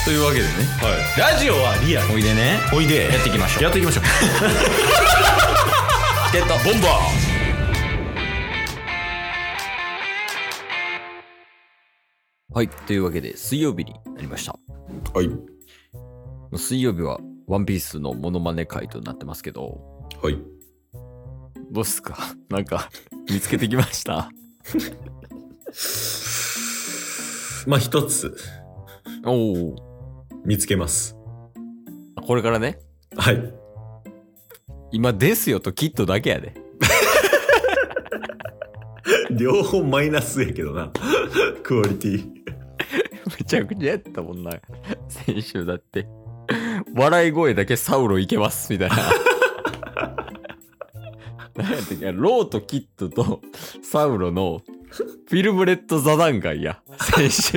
というわけでね、 ラジオはリアル。 おいでね、 おいで。 やっていきましょう。 やっていきましょう。 チケットボンバー。はい、というわけで水曜日になりました。 はい。 水曜日はワンピースのモノマネ会となってますけど、 はい。 どうっすか？なんか見つけてきました？ まあ一つおお、 見つけます。 これからね。 はい。 今ですよとキットだけやで。 両方マイナスやけどな。クオリティ。 めちゃくちゃやったもんな。先週だって。笑い声だけサウロいけますみたいな。何やったっけ、ローとキットとサウロのフィルムレッド座談会や。先週。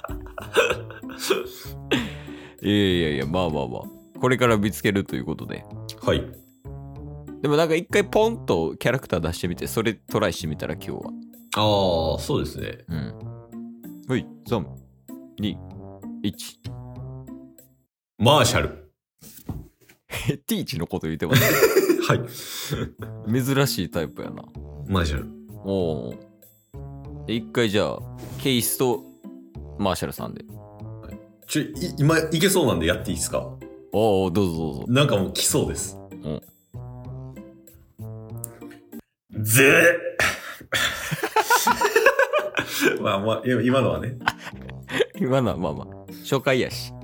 いや、まあ。これから見つけるということで。 はい。 でもなんか一回ポンとキャラクター出してみて、それトライしてみたら今日は。 ああ、そうですね。 うん。はい、3、2、1。 マーシャル。 ティーチのこと言ってます。 はい。 珍しいタイプやな。 マーシャル。 おー。で一回じゃあ、ケイスとマーシャルさんで。 今いけそうなんでやっていいですか？ おー、どうぞ。 なんかもう来そうです。 うん。 まあ、今のはね。 今のはまあ、紹介やし。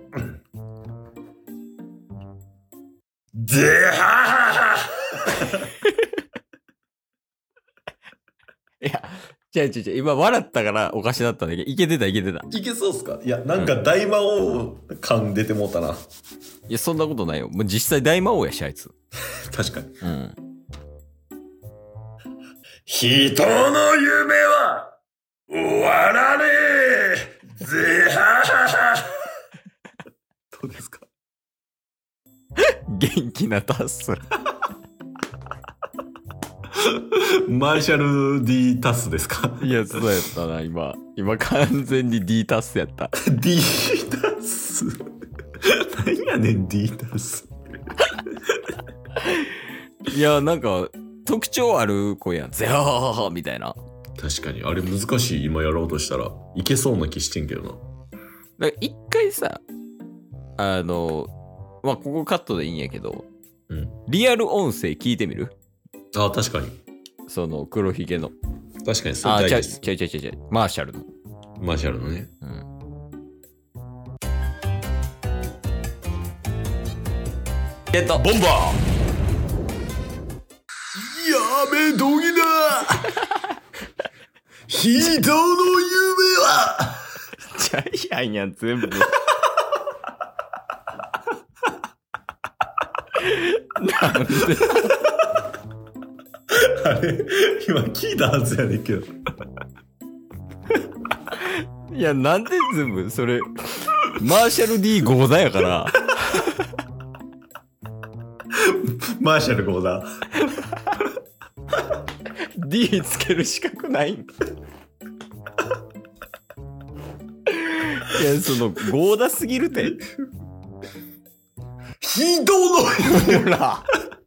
いや、違う、今笑ったからおかしなったんだけど、いけてた。 いけそうっすか？いや、なんか大魔王感出てもうたな。 いや、そんなことないよ。もう実際大魔王やし、あいつ。 確かに。 うん。 人の夢は終わらねえぜははは。どうですか？ 元気なタッス。 マーシャル D タスですか？ いや、そうやったな、今完全に D タスやった。 D タス。何やねん D タス。 いや、なんか特徴ある子やん。ゼハハハみたいな。 確かにあれ難しい。今やろうとしたらいけそうな気してんけどな。 だから一回さ、まあここカットでいいんやけど、 うん、 リアル音声聞いてみる？ あ、確かに。 その黒ひげの。 確かにそれ大事です。 違う。マーシャルの。 マーシャルのね。 うん。ゲットボンバー。やめどぎだ。人の夢はジャイアンやん全部。なんで？ あれ今聞いたはずやねんけど。 いや、なんで全部それマーシャル D ゴーダやから。 マーシャルゴーダ。 D つける資格ないん？いや、そのゴーダすぎるて。 人のほら。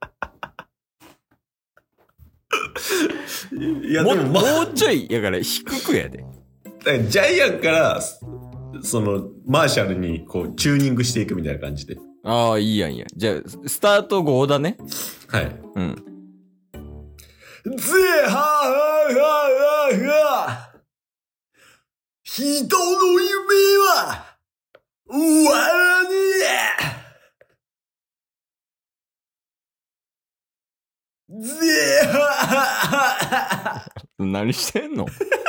いやでも、 もうちょいやから低くやで。 ジャイアンからそのマーシャルにこうチューニングしていくみたいな感じで。 ああ、いいやんや。じゃあスタート5だね。 はい。 うん。 ぜははは人の夢は終わらねえ。ぜはは何してんの？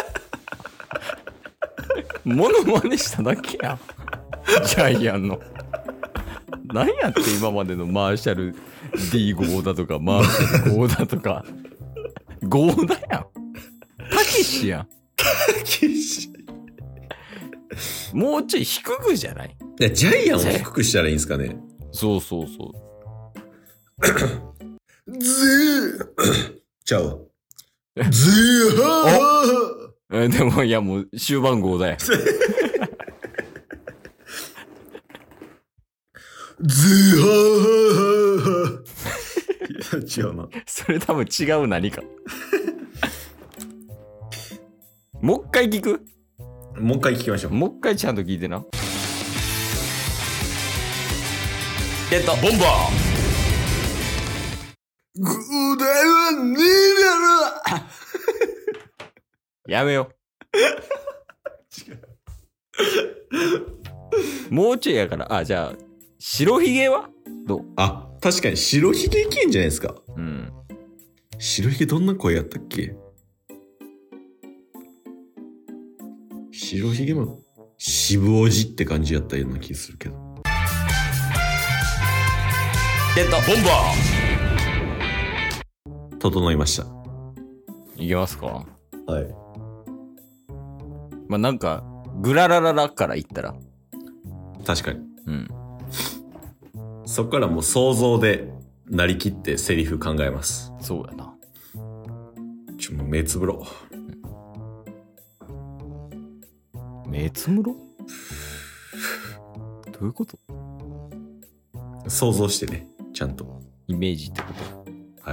モノマネしただけやん。ジャイアンの。何やって今までのマーシャル D5 だとかマーシャル5だとか5だやん。たけしやん。もうちょい低くじゃない？ いや、ジャイアンを低くしたらいいんですかね。 そう。 ちゃう。はでもいやもう終盤5だよ。 ズハハハ。いや、違うな。 それ多分違う何か。もう一回聞く？ もう一回聞きましょう。 もう一回ちゃんと聞いてな。 ボンバー。ぐだはねえだろ。 やめよ。もうちょいやから。あ、じゃあ、白ひげはどう？ あ、確かに白ひげいけんじゃないですか。 うん。 白ひげどんな声やったっけ？白ひげも渋おじって感じやったような気するけど。ボンバー。整いました。 いきますか？ はい。 まあ、なんか、グララララから言ったら。 確かに。 うん。 そっからもう想像でなりきってセリフ考えます。 そうやな。 もう目つぶろ。 目つむろ？どういうこと？ 想像してね、ちゃんと。 イメージってこはい。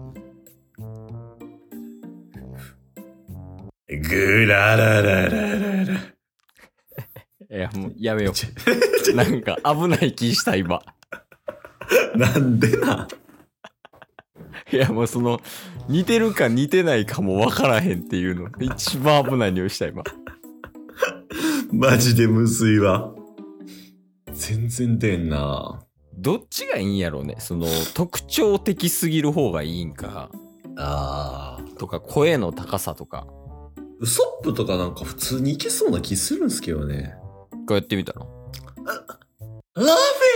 グララララララ。 と？いや、もうやめよう。なんか危ない気した今。 なんでな。 いや、もうその、似てるか似てないかも分からへんっていうの。一番危ない匂いした今。 マジでむずいわ。全然出んな。 どっちがいいんやろうね。その、特徴的すぎる方がいいんか。とか、声の高さとか。 ウソップとかなんか普通にいけそうな気するんすけどね。 こうやってみたら。 ラフ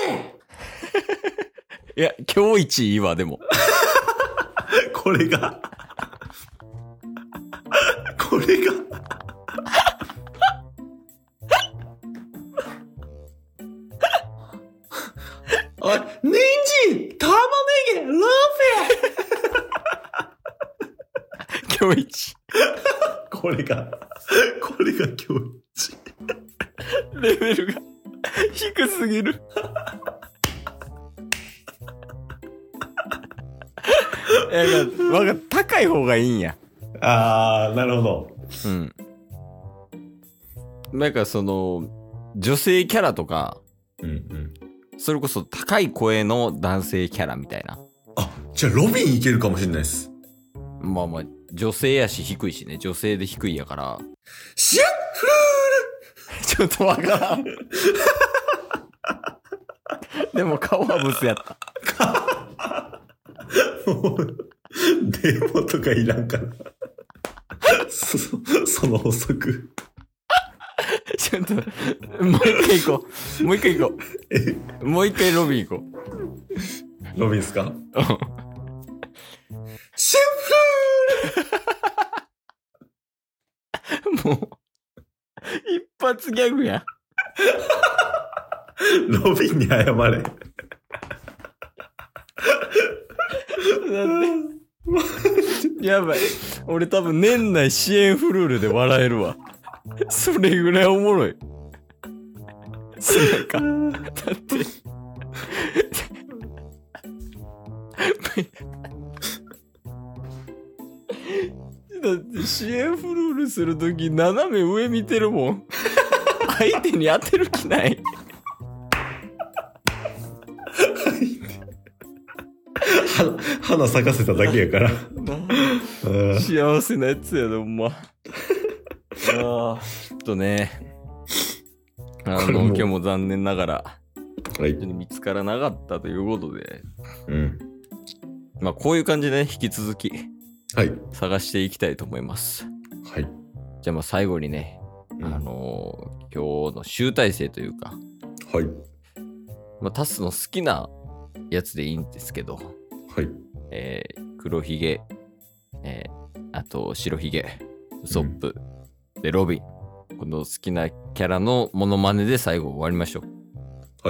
いや、今日一いいわ、でも。 これが。これが。おい、人参、玉ねぎ、ラフ今日一。 これが今日一。 レベルが低すぎる。高い方がいいんや。 あー、なるほど。 うん。なんかその、女性キャラとか、 うんうん。 それこそ高い声の男性キャラみたいな。 あ、じゃあロビンいけるかもしれないです。 まあまあ、女性やし低いしね。女性で低いやから。 シュッフちょっとわからん。でも顔はブスやった。 もう、デモとかいらんから。その補足。 ちょっと、もう一回行こう。もう一回行こう。もう一回ロビン行こう。 ロビンすか？シュッフもう、一発ギャグや。 ロビンに謝れ。 やばい。俺多分年内支援フルールで笑えるわ。それぐらいおもろい。なんか、だって、だって支援フルールするとき斜め上見てるもん。相手に当てる気ない。 花咲かせただけやから。 幸せなやつやで、ほんま。ちょっとね、今日も残念ながら、 はい、 見つからなかったということで、 うん。 まあこういう感じでね、引き続き、 はい。 探していきたいと思います。 はい。 じゃあまあ最後にね、今日の集大成というか、 はい。 まあタスの好きなやつでいいんですけど、 はい。 黒ひげ、あと白ひげ、ウソップ、でロビン、この好きなキャラのモノマネで最後終わりましょう。 はい。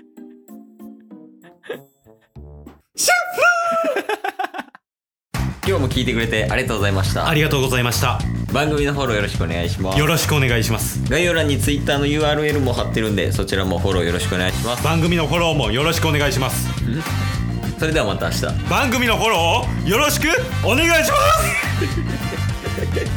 今日も聞いてくれてありがとうございました。 ありがとうございました。 番組のフォローよろしくお願いします。 よろしくお願いします。 概要欄に Twitter の URL も貼ってるんで、そちらもフォローよろしくお願いします。 番組のフォローもよろしくお願いします。 それではまた明日。 番組のフォローをよろしくお願いします